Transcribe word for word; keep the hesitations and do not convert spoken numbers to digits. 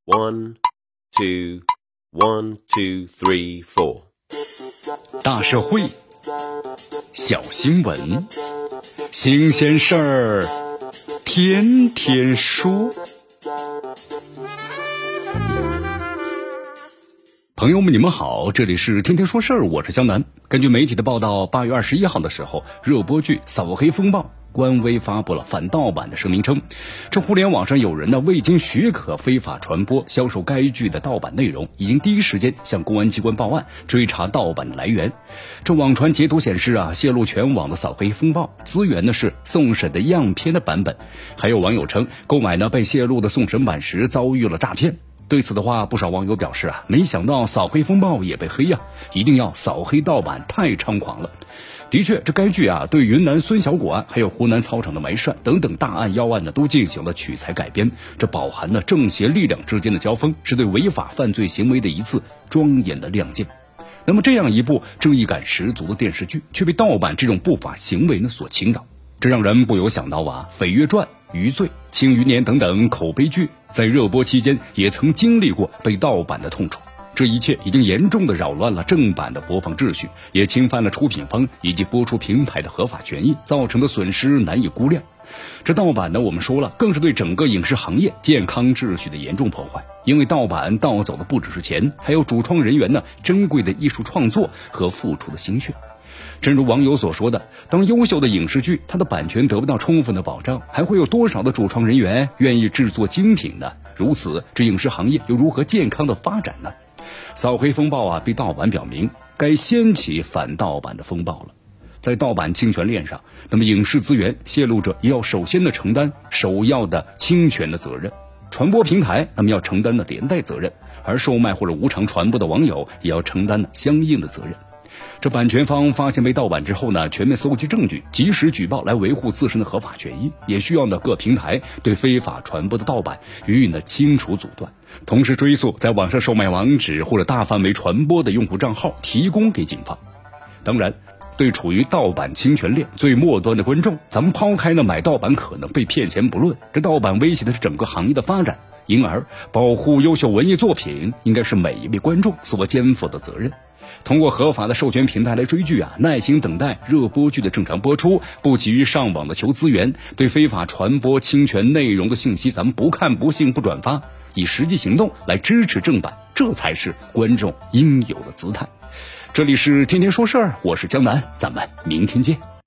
One, two, one, two, three, four。 大社会，小新闻，新鲜事儿，天天说。朋友们，你们好，这里是天天说事儿，我是江南。根据媒体的报道，八月二十一号的时候，热播剧《扫黑风暴》官微发布了反盗版的声明，称这互联网上有人呢未经许可非法传播销售该剧的盗版内容，已经第一时间向公安机关报案，追查盗版的来源。这网传截图显示啊，泄露全网的扫黑风暴资源呢是送审的样片的版本，还有网友称购买呢被泄露的送审版时遭遇了诈骗。对此的话，不少网友表示啊，没想到扫黑风暴也被黑呀、啊，一定要扫黑盗版，太猖狂了。的确，这该剧啊，对云南孙小果案，还有湖南操场的埋尸案等等大案要案呢，都进行了取材改编。这饱含了正邪力量之间的交锋，是对违法犯罪行为的一次庄严的亮剑。那么，这样一部正义感十足的电视剧，却被盗版这种不法行为呢所侵扰，这让人不由想到啊，《绯月传》、余罪、庆余年等等口碑剧在热播期间也曾经历过被盗版的痛楚。这一切已经严重的扰乱了正版的播放秩序，也侵犯了出品方以及播出平台的合法权益，造成的损失难以估量。这盗版呢，我们说了，更是对整个影视行业健康秩序的严重破坏。因为盗版盗走的不只是钱，还有主创人员呢珍贵的艺术创作和付出的心血。正如网友所说的，当优秀的影视剧它的版权得不到充分的保障，还会有多少的主创人员愿意制作精品呢？如此，这影视行业又如何健康的发展呢？扫黑风暴啊，被盗版表明该掀起反盗版的风暴了。在盗版侵权链上，那么影视资源泄露者也要首先的承担首要的侵权的责任，传播平台那么要承担的连带责任，而售卖或者无偿传播的网友也要承担相应的责任。这版权方发现被盗版之后呢，全面搜集证据，及时举报来维护自身的合法权益，也需要呢各平台对非法传播的盗版予以呢清除阻断，同时追溯在网上售卖网址或者大范围传播的用户账号，提供给警方。当然，对处于盗版侵权链最末端的观众，咱们抛开呢买盗版可能被骗钱不论，这盗版威胁的是整个行业的发展，因而保护优秀文艺作品应该是每一位观众所肩负的责任。通过合法的授权平台来追剧啊，耐心等待热播剧的正常播出，不急于上网的求资源，对非法传播侵权内容的信息咱们不看不信不转发，以实际行动来支持正版，这才是观众应有的姿态。这里是天天说事儿，我是江南，咱们明天见。